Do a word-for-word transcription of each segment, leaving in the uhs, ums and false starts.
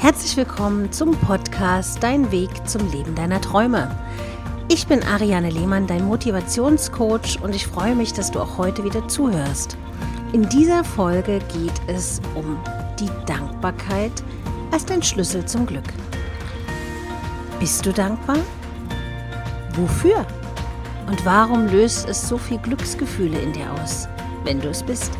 Herzlich willkommen zum Podcast Dein Weg zum Leben deiner Träume. Ich bin Ariane Lehmann, dein Motivationscoach, und ich freue mich, dass du auch heute wieder zuhörst. In dieser Folge geht es um die Dankbarkeit als dein Schlüssel zum Glück. Bist du dankbar? Wofür? Und warum löst es so viel Glücksgefühle in dir aus, wenn du es bist?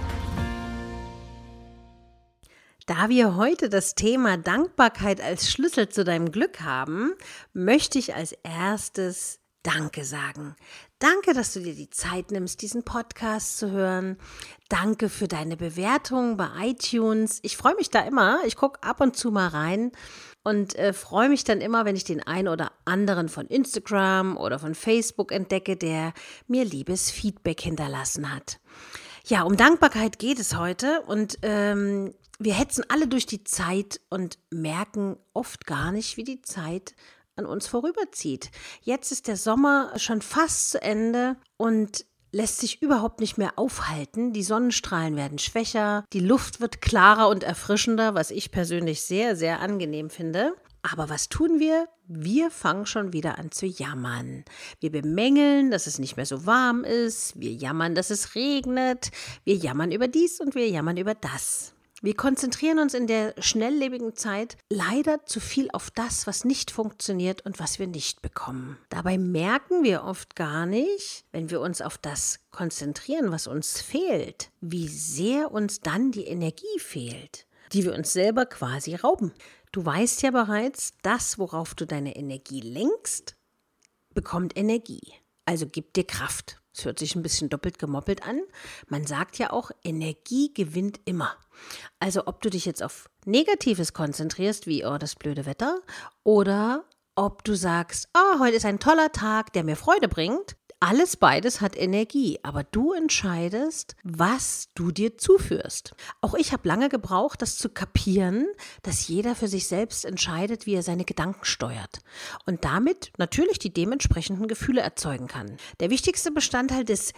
Da wir heute das Thema Dankbarkeit als Schlüssel zu deinem Glück haben, möchte ich als erstes Danke sagen. Danke, dass du dir die Zeit nimmst, diesen Podcast zu hören. Danke für deine Bewertung bei iTunes. Ich freue mich da immer. Ich gucke ab und zu mal rein und äh, freue mich dann immer, wenn ich den einen oder anderen von Instagram oder von Facebook entdecke, der mir liebes Feedback hinterlassen hat. Ja, um Dankbarkeit geht es heute und ähm, wir hetzen alle durch die Zeit und merken oft gar nicht, wie die Zeit an uns vorüberzieht. Jetzt ist der Sommer schon fast zu Ende und lässt sich überhaupt nicht mehr aufhalten. Die Sonnenstrahlen werden schwächer, die Luft wird klarer und erfrischender, was ich persönlich sehr, sehr angenehm finde. Aber was tun wir? Wir fangen schon wieder an zu jammern. Wir bemängeln, dass es nicht mehr so warm ist. Wir jammern, dass es regnet. Wir jammern über dies und wir jammern über das. Wir konzentrieren uns in der schnelllebigen Zeit leider zu viel auf das, was nicht funktioniert und was wir nicht bekommen. Dabei merken wir oft gar nicht, wenn wir uns auf das konzentrieren, was uns fehlt, wie sehr uns dann die Energie fehlt, die wir uns selber quasi rauben. Du weißt ja bereits, das, worauf du deine Energie lenkst, bekommt Energie, also gibt dir Kraft. Es hört sich ein bisschen doppelt gemoppelt an. Man sagt ja auch, Energie gewinnt immer. Also ob du dich jetzt auf Negatives konzentrierst, wie oh, das blöde Wetter, oder ob du sagst, oh, heute ist ein toller Tag, der mir Freude bringt. Alles beides hat Energie, aber du entscheidest, was du dir zuführst. Auch ich habe lange gebraucht, das zu kapieren, dass jeder für sich selbst entscheidet, wie er seine Gedanken steuert und damit natürlich die dementsprechenden Gefühle erzeugen kann. Der wichtigste Bestandteil des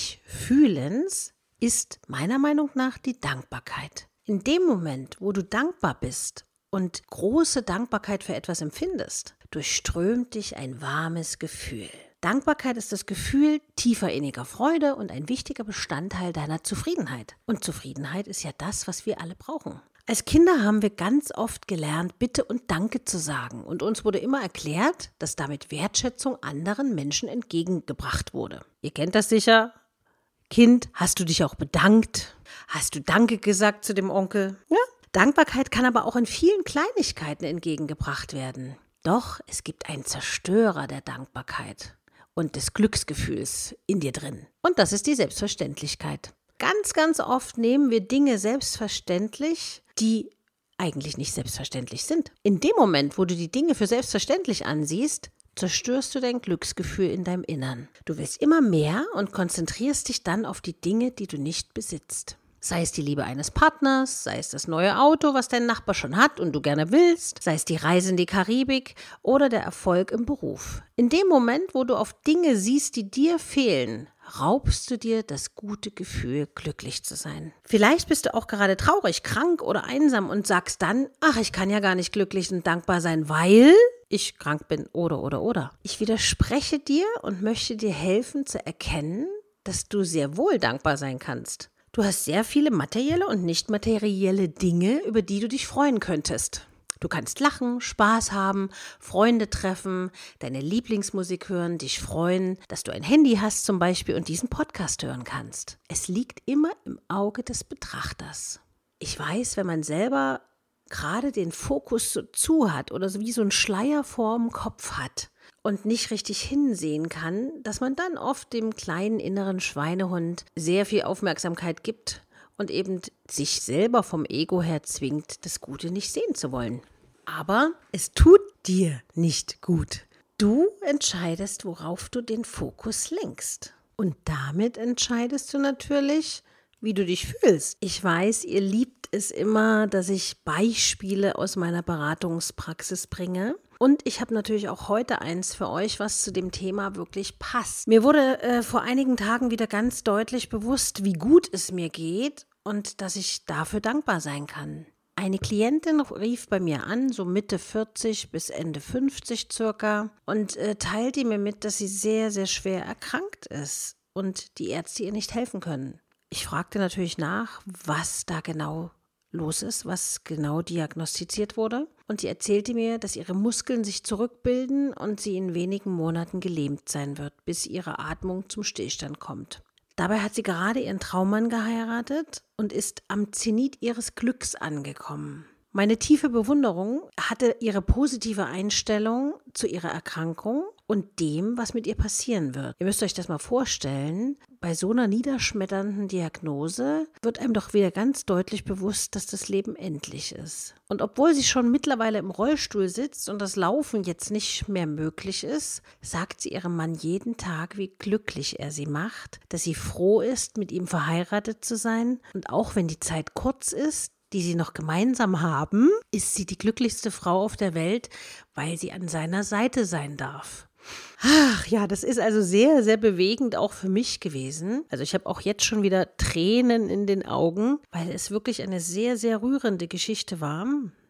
Sich-Fühlens ist meiner Meinung nach die Dankbarkeit. In dem Moment, wo du dankbar bist und große Dankbarkeit für etwas empfindest, durchströmt dich ein warmes Gefühl. Dankbarkeit ist das Gefühl tiefer inniger Freude und ein wichtiger Bestandteil deiner Zufriedenheit. Und Zufriedenheit ist ja das, was wir alle brauchen. Als Kinder haben wir ganz oft gelernt, Bitte und Danke zu sagen. Und uns wurde immer erklärt, dass damit Wertschätzung anderen Menschen entgegengebracht wurde. Ihr kennt das sicher. Kind, hast du dich auch bedankt? Hast du Danke gesagt zu dem Onkel? Ja. Dankbarkeit kann aber auch in vielen Kleinigkeiten entgegengebracht werden. Doch es gibt einen Zerstörer der Dankbarkeit und des Glücksgefühls in dir drin. Und das ist die Selbstverständlichkeit. Ganz, ganz oft nehmen wir Dinge selbstverständlich, die eigentlich nicht selbstverständlich sind. In dem Moment, wo du die Dinge für selbstverständlich ansiehst, zerstörst du dein Glücksgefühl in deinem Innern. Du willst immer mehr und konzentrierst dich dann auf die Dinge, die du nicht besitzt. Sei es die Liebe eines Partners, sei es das neue Auto, was dein Nachbar schon hat und du gerne willst, sei es die Reise in die Karibik oder der Erfolg im Beruf. In dem Moment, wo du auf Dinge siehst, die dir fehlen, raubst du dir das gute Gefühl, glücklich zu sein. Vielleicht bist du auch gerade traurig, krank oder einsam und sagst dann, ach, ich kann ja gar nicht glücklich und dankbar sein, weil ich krank bin oder, oder, oder. Ich widerspreche dir und möchte dir helfen zu erkennen, dass du sehr wohl dankbar sein kannst. Du hast sehr viele materielle und nicht materielle Dinge, über die du dich freuen könntest. Du kannst lachen, Spaß haben, Freunde treffen, deine Lieblingsmusik hören, dich freuen, dass du ein Handy hast zum Beispiel und diesen Podcast hören kannst. Es liegt immer im Auge des Betrachters. Ich weiß, wenn man selber gerade den Fokus so zu hat oder so wie so ein Schleier vorm Kopf hat und nicht richtig hinsehen kann, dass man dann oft dem kleinen inneren Schweinehund sehr viel Aufmerksamkeit gibt und eben sich selber vom Ego her zwingt, das Gute nicht sehen zu wollen. Aber es tut dir nicht gut. Du entscheidest, worauf du den Fokus lenkst. Und damit entscheidest du natürlich, wie du dich fühlst. Ich weiß, ihr liebt es immer, dass ich Beispiele aus meiner Beratungspraxis bringe. Und ich habe natürlich auch heute eins für euch, was zu dem Thema wirklich passt. Mir wurde äh, vor einigen Tagen wieder ganz deutlich bewusst, wie gut es mir geht und dass ich dafür dankbar sein kann. Eine Klientin rief bei mir an, so Mitte vierzig bis Ende fünfzig circa, und äh, teilte mir mit, dass sie sehr, sehr schwer erkrankt ist und die Ärzte ihr nicht helfen können. Ich fragte natürlich nach, was da genau los ist, was genau diagnostiziert wurde. Und sie erzählte mir, dass ihre Muskeln sich zurückbilden und sie in wenigen Monaten gelähmt sein wird, bis ihre Atmung zum Stillstand kommt. Dabei hat sie gerade ihren Traummann geheiratet und ist am Zenit ihres Glücks angekommen. Meine tiefe Bewunderung hatte ihre positive Einstellung zu ihrer Erkrankung und dem, was mit ihr passieren wird. Ihr müsst euch das mal vorstellen, bei so einer niederschmetternden Diagnose wird einem doch wieder ganz deutlich bewusst, dass das Leben endlich ist. Und obwohl sie schon mittlerweile im Rollstuhl sitzt und das Laufen jetzt nicht mehr möglich ist, sagt sie ihrem Mann jeden Tag, wie glücklich er sie macht, dass sie froh ist, mit ihm verheiratet zu sein. Und auch wenn die Zeit kurz ist, die sie noch gemeinsam haben, ist sie die glücklichste Frau auf der Welt, weil sie an seiner Seite sein darf. Ach ja, das ist also sehr, sehr bewegend auch für mich gewesen. Also ich habe auch jetzt schon wieder Tränen in den Augen, weil es wirklich eine sehr, sehr rührende Geschichte war.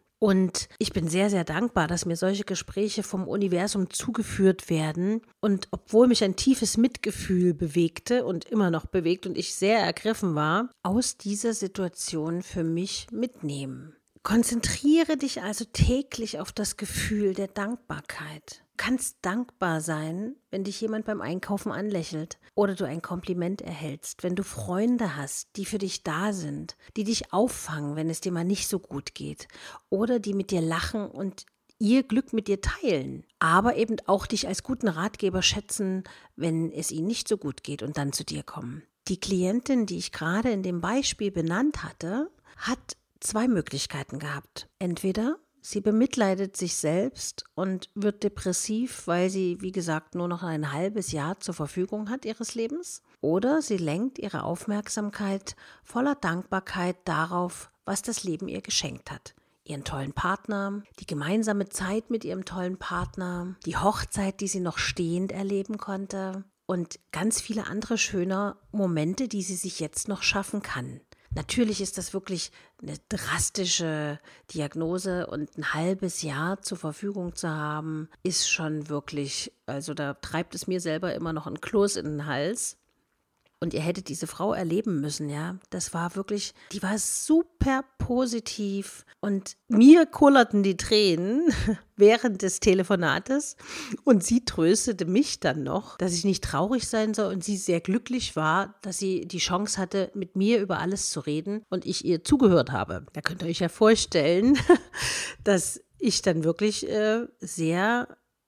Und ich bin sehr, sehr dankbar, dass mir solche Gespräche vom Universum zugeführt werden. Und obwohl mich ein tiefes Mitgefühl bewegte und immer noch bewegt und ich sehr ergriffen war, aus dieser Situation für mich mitnehmen. Konzentriere dich also täglich auf das Gefühl der Dankbarkeit. Du kannst dankbar sein, wenn dich jemand beim Einkaufen anlächelt oder du ein Kompliment erhältst, wenn du Freunde hast, die für dich da sind, die dich auffangen, wenn es dir mal nicht so gut geht oder die mit dir lachen und ihr Glück mit dir teilen, aber eben auch dich als guten Ratgeber schätzen, wenn es ihnen nicht so gut geht und dann zu dir kommen. Die Klientin, die ich gerade in dem Beispiel benannt hatte, hat zwei Möglichkeiten gehabt. Entweder sie bemitleidet sich selbst und wird depressiv, weil sie, wie gesagt, nur noch ein halbes Jahr zur Verfügung hat ihres Lebens. Oder sie lenkt ihre Aufmerksamkeit voller Dankbarkeit darauf, was das Leben ihr geschenkt hat. Ihren tollen Partner, die gemeinsame Zeit mit ihrem tollen Partner, die Hochzeit, die sie noch stehend erleben konnte und ganz viele andere schöne Momente, die sie sich jetzt noch schaffen kann. Natürlich ist das wirklich eine drastische Diagnose und ein halbes Jahr zur Verfügung zu haben, ist schon wirklich, also da treibt es mir selber immer noch ein Kloß in den Hals. Und ihr hättet diese Frau erleben müssen, ja. Das war wirklich, die war super positiv und mir kullerten die Tränen während des Telefonates und sie tröstete mich dann noch, dass ich nicht traurig sein soll und sie sehr glücklich war, dass sie die Chance hatte, mit mir über alles zu reden und ich ihr zugehört habe. Da könnt ihr euch ja vorstellen, dass ich dann wirklich äh, sehr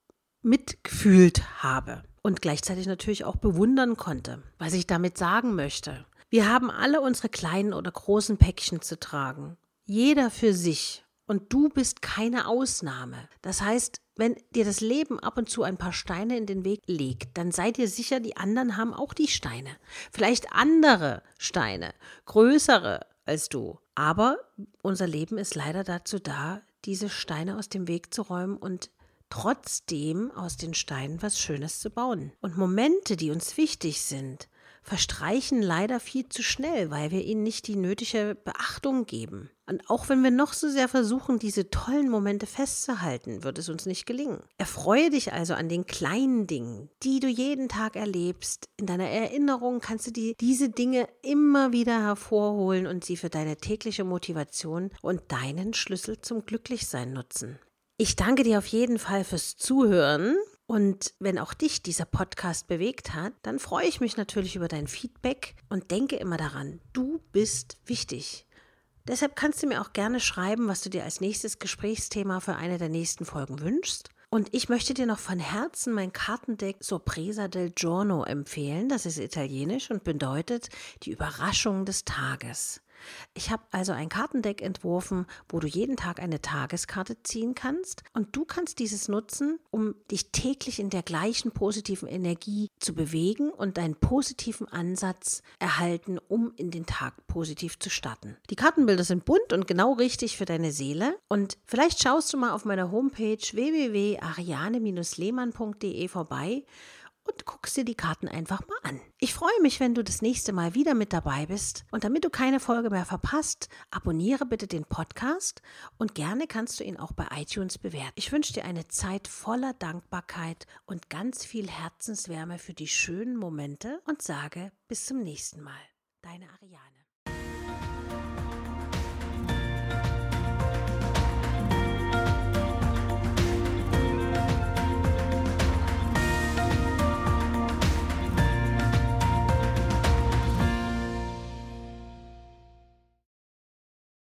mitgefühlt habe. Und gleichzeitig natürlich auch bewundern konnte, was ich damit sagen möchte. Wir haben alle unsere kleinen oder großen Päckchen zu tragen. Jeder für sich. Und du bist keine Ausnahme. Das heißt, wenn dir das Leben ab und zu ein paar Steine in den Weg legt, dann sei dir sicher, die anderen haben auch die Steine. Vielleicht andere Steine, größere als du. Aber unser Leben ist leider dazu da, diese Steine aus dem Weg zu räumen und trotzdem aus den Steinen was Schönes zu bauen. Und Momente, die uns wichtig sind, verstreichen leider viel zu schnell, weil wir ihnen nicht die nötige Beachtung geben. Und auch wenn wir noch so sehr versuchen, diese tollen Momente festzuhalten, wird es uns nicht gelingen. Erfreue dich also an den kleinen Dingen, die du jeden Tag erlebst. In deiner Erinnerung kannst du die, diese Dinge immer wieder hervorholen und sie für deine tägliche Motivation und deinen Schlüssel zum Glücklichsein nutzen. Ich danke dir auf jeden Fall fürs Zuhören und wenn auch dich dieser Podcast bewegt hat, dann freue ich mich natürlich über dein Feedback und denke immer daran, du bist wichtig. Deshalb kannst du mir auch gerne schreiben, was du dir als nächstes Gesprächsthema für eine der nächsten Folgen wünschst. Und ich möchte dir noch von Herzen mein Kartendeck Sorpresa del Giorno empfehlen. Das ist italienisch und bedeutet die Überraschung des Tages. Ich habe also ein Kartendeck entworfen, wo du jeden Tag eine Tageskarte ziehen kannst und du kannst dieses nutzen, um dich täglich in der gleichen positiven Energie zu bewegen und einen positiven Ansatz erhalten, um in den Tag positiv zu starten. Die Kartenbilder sind bunt und genau richtig für deine Seele und vielleicht schaust du mal auf meiner Homepage w w w punkt ariane Bindestrich lehmann punkt de vorbei und guckst dir die Karten einfach mal an. Ich freue mich, wenn du das nächste Mal wieder mit dabei bist. Und damit du keine Folge mehr verpasst, abonniere bitte den Podcast und gerne kannst du ihn auch bei iTunes bewerten. Ich wünsche dir eine Zeit voller Dankbarkeit und ganz viel Herzenswärme für die schönen Momente und sage bis zum nächsten Mal. Deine Ariane.